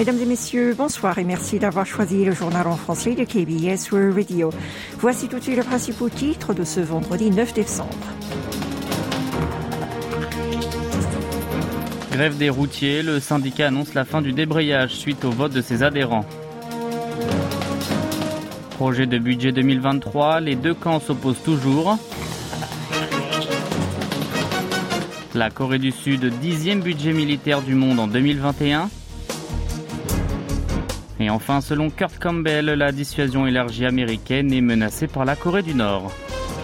Mesdames et messieurs, bonsoir et merci d'avoir choisi le journal en français de KBS World Radio. Voici tout de suite les principaux titres de ce vendredi 9 décembre. Grève des routiers, le syndicat annonce la fin du débrayage suite au vote de ses adhérents. Projet de budget 2023, les deux camps s'opposent toujours. La Corée du Sud, 10e budget militaire du monde en 2021. Et enfin, selon Kurt Campbell, la dissuasion élargie américaine est menacée par la Corée du Nord.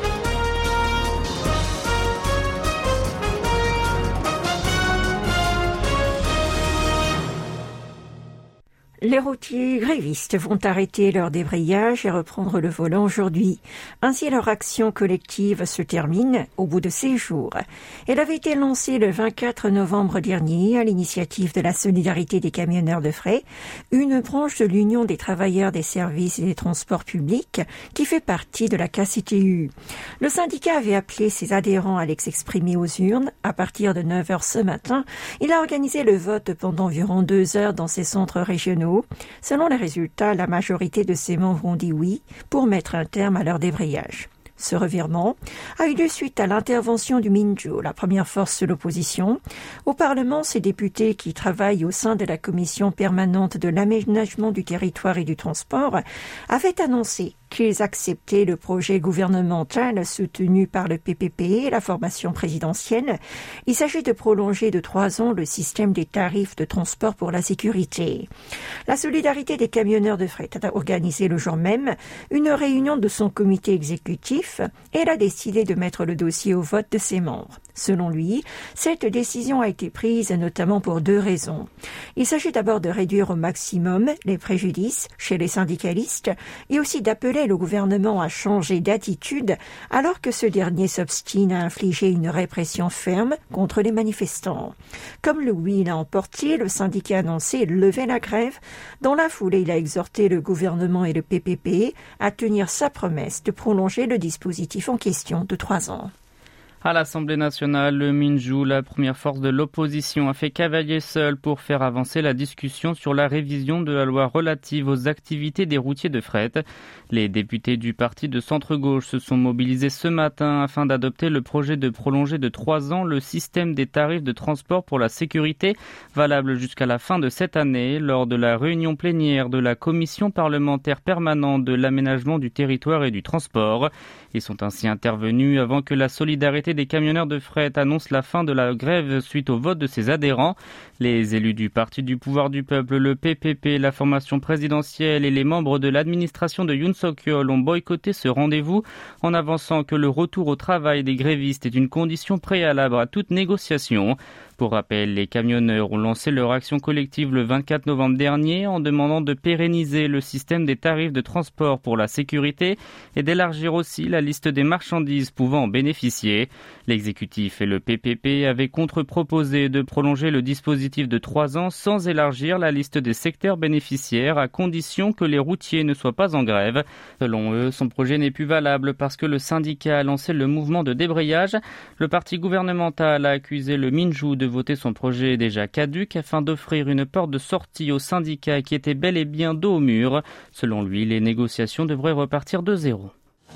Les routiers grévistes vont arrêter leur débrayage et reprendre le volant aujourd'hui. Ainsi, leur action collective se termine au bout de 6 jours. Elle avait été lancée le 24 novembre dernier à l'initiative de la Solidarité des camionneurs de fret, une branche de l'Union des travailleurs des services et des transports publics qui fait partie de la KCTU. Le syndicat avait appelé ses adhérents à s'exprimer aux urnes. À partir de 9h ce matin, il a organisé le vote pendant environ 2 heures dans ses centres régionaux. Selon les résultats, la majorité de ses membres ont dit oui pour mettre un terme à leur débrayage. Ce revirement a eu lieu suite à l'intervention du Minju, la première force de l'opposition. Au Parlement, ces députés qui travaillent au sein de la commission permanente de l'aménagement du territoire et du transport avaient annoncé qu'ils acceptaient le projet gouvernemental soutenu par le PPP et la formation présidentielle. Il s'agit de prolonger de 3 ans le système des tarifs de transport pour la sécurité. La Solidarité des camionneurs de fret a organisé le jour même une réunion de son comité exécutif et elle a décidé de mettre le dossier au vote de ses membres. Selon lui, cette décision a été prise notamment pour 2 raisons. Il s'agit d'abord de réduire au maximum les préjudices chez les syndicalistes et aussi d'appeler le gouvernement à changer d'attitude alors que ce dernier s'obstine à infliger une répression ferme contre les manifestants. Comme le oui l'a emporté, le syndicat a annoncé lever la grève. Dans la foulée, il a exhorté le gouvernement et le PPP à tenir sa promesse de prolonger le dispositif en question de 3 ans. À l'Assemblée nationale, le Minju, la première force de l'opposition, a fait cavalier seul pour faire avancer la discussion sur la révision de la loi relative aux activités des routiers de fret. Les députés du parti de centre-gauche se sont mobilisés ce matin afin d'adopter le projet de prolonger de 3 ans le système des tarifs de transport pour la sécurité, valable jusqu'à la fin de cette année, lors de la réunion plénière de la Commission parlementaire permanente de l'aménagement du territoire et du transport. Ils sont ainsi intervenus avant que la Solidarité des camionneurs de fret annonce la fin de la grève suite au vote de ses adhérents. Les élus du Parti du pouvoir du peuple, le PPP, la formation présidentielle et les membres de l'administration de Yoon Suk-yeol ont boycotté ce rendez-vous en avançant que le retour au travail des grévistes est une condition préalable à toute négociation. Pour rappel, les camionneurs ont lancé leur action collective le 24 novembre dernier en demandant de pérenniser le système des tarifs de transport pour la sécurité et d'élargir aussi la liste des marchandises pouvant en bénéficier. L'exécutif et le PPP avaient contre-proposé de prolonger le dispositif de 3 ans sans élargir la liste des secteurs bénéficiaires à condition que les routiers ne soient pas en grève. Selon eux, son projet n'est plus valable parce que le syndicat a lancé le mouvement de débrayage. Le parti gouvernemental a accusé le Minju de voter son projet déjà caduc afin d'offrir une porte de sortie aux syndicats qui étaient bel et bien dos au mur. Selon lui, les négociations devraient repartir de zéro.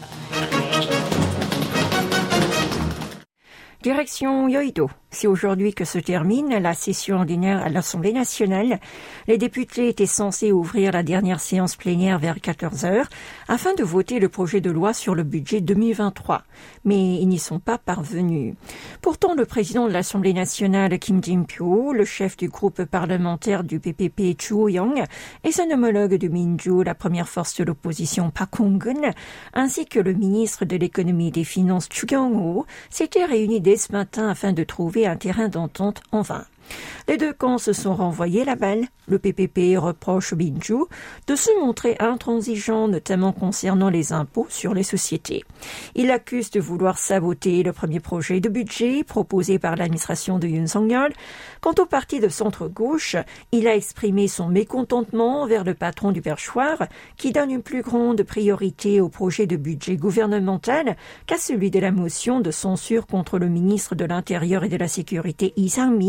Direction Yeouido. C'est aujourd'hui que se termine la session ordinaire à l'Assemblée nationale. Les députés étaient censés ouvrir la dernière séance plénière vers 14h afin de voter le projet de loi sur le budget 2023. Mais ils n'y sont pas parvenus. Pourtant, le président de l'Assemblée nationale, Kim Jin-pyo, le chef du groupe parlementaire du PPP, Chu Ho-young, et son homologue du Minju, la première force de l'opposition, Park Hong-gun, ainsi que le ministre de l'économie et des finances, Chu Kyung-ho, s'étaient réunis dès ce matin afin de trouver un terrain d'entente en vain. Les deux camps se sont renvoyés la balle. Le PPP reproche au Minju de se montrer intransigeant, notamment concernant les impôts sur les sociétés. Il l'accuse de vouloir saboter le premier projet de budget proposé par l'administration de Yoon Suk-yeol. Quant au parti de centre-gauche, il a exprimé son mécontentement envers le patron du perchoir qui donne une plus grande priorité au projet de budget gouvernemental qu'à celui de la motion de censure contre le ministre de l'Intérieur et de la Sécurité Lee Sang-min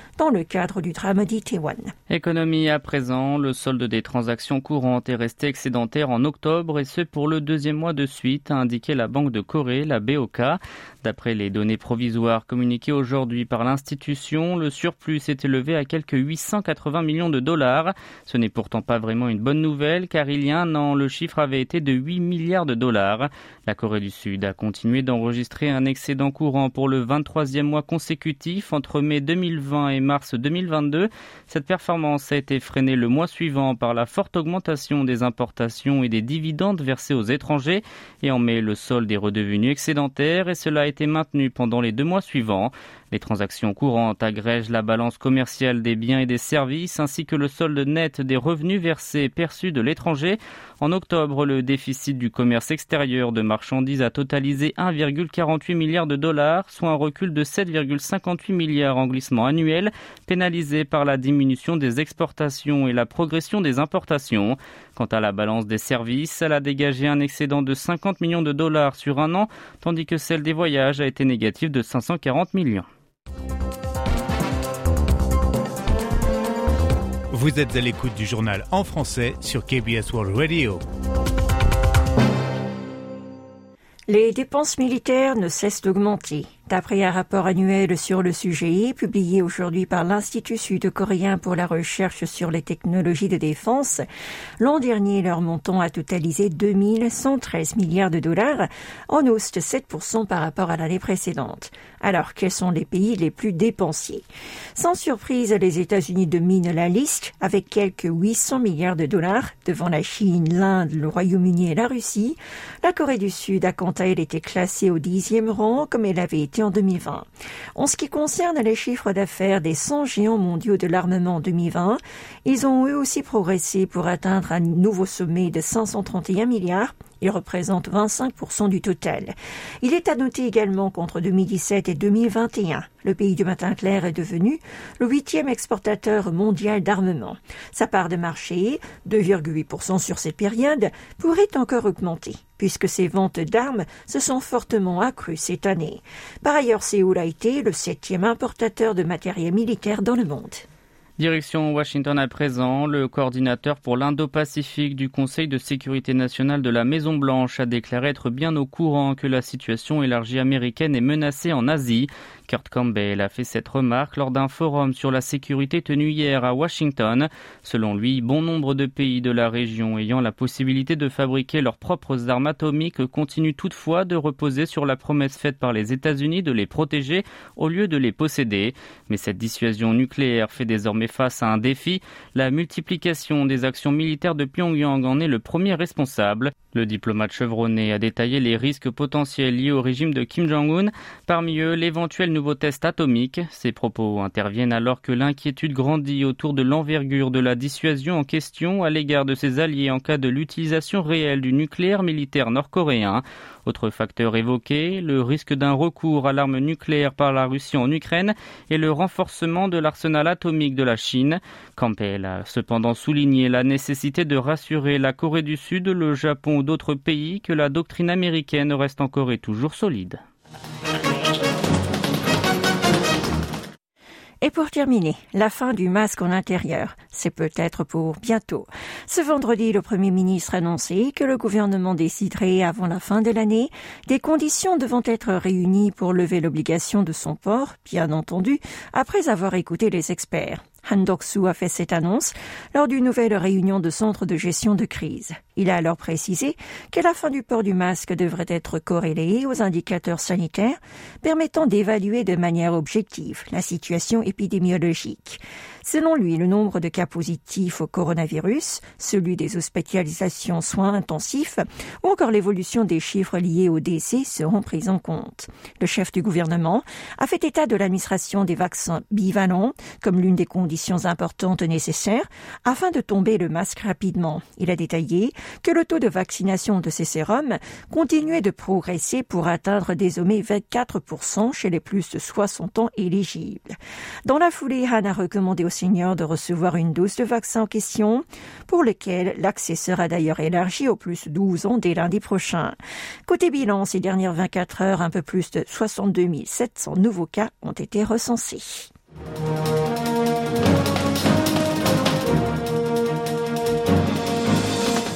dans le cadre du drame d'Itaewon. Économie à présent, le solde des transactions courantes est resté excédentaire en octobre et ce pour le deuxième mois de suite, a indiqué la Banque de Corée, la BOK. D'après les données provisoires communiquées aujourd'hui par l'institution, le surplus s'est élevé à quelques 880 millions de dollars. Ce n'est pourtant pas vraiment une bonne nouvelle car il y a un an, le chiffre avait été de 8 milliards de dollars. La Corée du Sud a continué d'enregistrer un excédent courant pour le 23e mois consécutif entre mai 2020 et mars 2022. Cette performance a été freinée le mois suivant par la forte augmentation des importations et des dividendes versés aux étrangers. Et en mai, le solde est redevenu excédentaire et cela a été maintenu pendant les 2 mois suivants. Les transactions courantes agrègent la balance commerciale des biens et des services ainsi que le solde net des revenus versés et perçus de l'étranger. En octobre, le déficit du commerce extérieur de marchandises a totalisé 1,48 milliard de dollars, soit un recul de 7,58 milliards en glissement annuel, pénalisé par la diminution des exportations et la progression des importations. Quant à la balance des services, elle a dégagé un excédent de 50 millions de dollars sur un an, tandis que celle des voyages a été négative de 540 millions. Vous êtes à l'écoute du journal en français sur KBS World Radio. Les dépenses militaires ne cessent d'augmenter. D'après un rapport annuel sur le sujet, publié aujourd'hui par l'Institut sud-coréen pour la recherche sur les technologies de défense, l'an dernier, leur montant a totalisé 2113 milliards de dollars, en hausse de 7% par rapport à l'année précédente. Alors, quels sont les pays les plus dépensiers? Sans surprise, les États-Unis dominent la liste, avec quelques 800 milliards de dollars, devant la Chine, l'Inde, le Royaume-Uni et la Russie. La Corée du Sud a quant à elle été classée au 10e rang, comme elle avait été en 2020. En ce qui concerne les chiffres d'affaires des 100 géants mondiaux de l'armement en 2020, ils ont eux aussi progressé pour atteindre un nouveau sommet de 531 milliards. Ils représentent 25% du total. Il est à noter également qu'entre 2017 et 2021, le pays du matin clair est devenu le 8e exportateur mondial d'armement. Sa part de marché, 2,8% sur cette période, pourrait encore augmenter, puisque ses ventes d'armes se sont fortement accrues cette année. Par ailleurs, Séoul a été le 7e importateur de matériel militaire dans le monde. Direction Washington à présent, le coordinateur pour l'Indo-Pacifique du Conseil de sécurité nationale de la Maison-Blanche a déclaré être bien au courant que la situation élargie américaine est menacée en Asie. Kurt Campbell a fait cette remarque lors d'un forum sur la sécurité tenu hier à Washington. Selon lui, bon nombre de pays de la région ayant la possibilité de fabriquer leurs propres armes atomiques continuent toutefois de reposer sur la promesse faite par les États-Unis de les protéger au lieu de les posséder. Mais cette dissuasion nucléaire fait désormais face à un défi. La multiplication des actions militaires de Pyongyang en est le premier responsable. Le diplomate chevronné a détaillé les risques potentiels liés au régime de Kim Jong-un, parmi eux l'éventuel nouveau test atomique. Ces propos interviennent alors que l'inquiétude grandit autour de l'envergure de la dissuasion en question à l'égard de ses alliés en cas de l'utilisation réelle du nucléaire militaire nord-coréen. Autre facteur évoqué, le risque d'un recours à l'arme nucléaire par la Russie en Ukraine et le renforcement de l'arsenal atomique de la Chine. Campbell a cependant souligné la nécessité de rassurer la Corée du Sud, le Japon ou d'autres pays que la doctrine américaine reste encore et toujours solide. Et pour terminer, la fin du masque en intérieur, c'est peut-être pour bientôt. Ce vendredi, le Premier ministre a annoncé que le gouvernement déciderait avant la fin de l'année des conditions devant être réunies pour lever l'obligation de son port, bien entendu, après avoir écouté les experts. Han Dok-soo a fait cette annonce lors d'une nouvelle réunion de centre de gestion de crise. Il a alors précisé que la fin du port du masque devrait être corrélée aux indicateurs sanitaires permettant d'évaluer de manière objective la situation épidémiologique. Selon lui, le nombre de cas positifs au coronavirus, celui des hospitalisations soins intensifs ou encore l'évolution des chiffres liés au décès seront pris en compte. Le chef du gouvernement a fait état de l'administration des vaccins bivalents comme l'une des conditions importantes nécessaires afin de tomber le masque rapidement. Il a détaillé que le taux de vaccination de ces sérums continuait de progresser pour atteindre désormais 24% chez les plus de 60 ans éligibles. Dans la foulée, Han a recommandé aux seniors de recevoir une dose de vaccin en question, pour lequel l'accès sera d'ailleurs élargi aux plus de 12 ans dès lundi prochain. Côté bilan, ces dernières 24 heures, un peu plus de 62 700 nouveaux cas ont été recensés.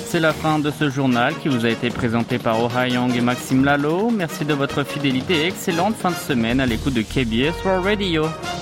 C'est la fin de ce journal qui vous a été présenté par Oh Ha-young et Maxime Lalo. Merci de votre fidélité et excellente fin de semaine à l'écoute de KBS World Radio.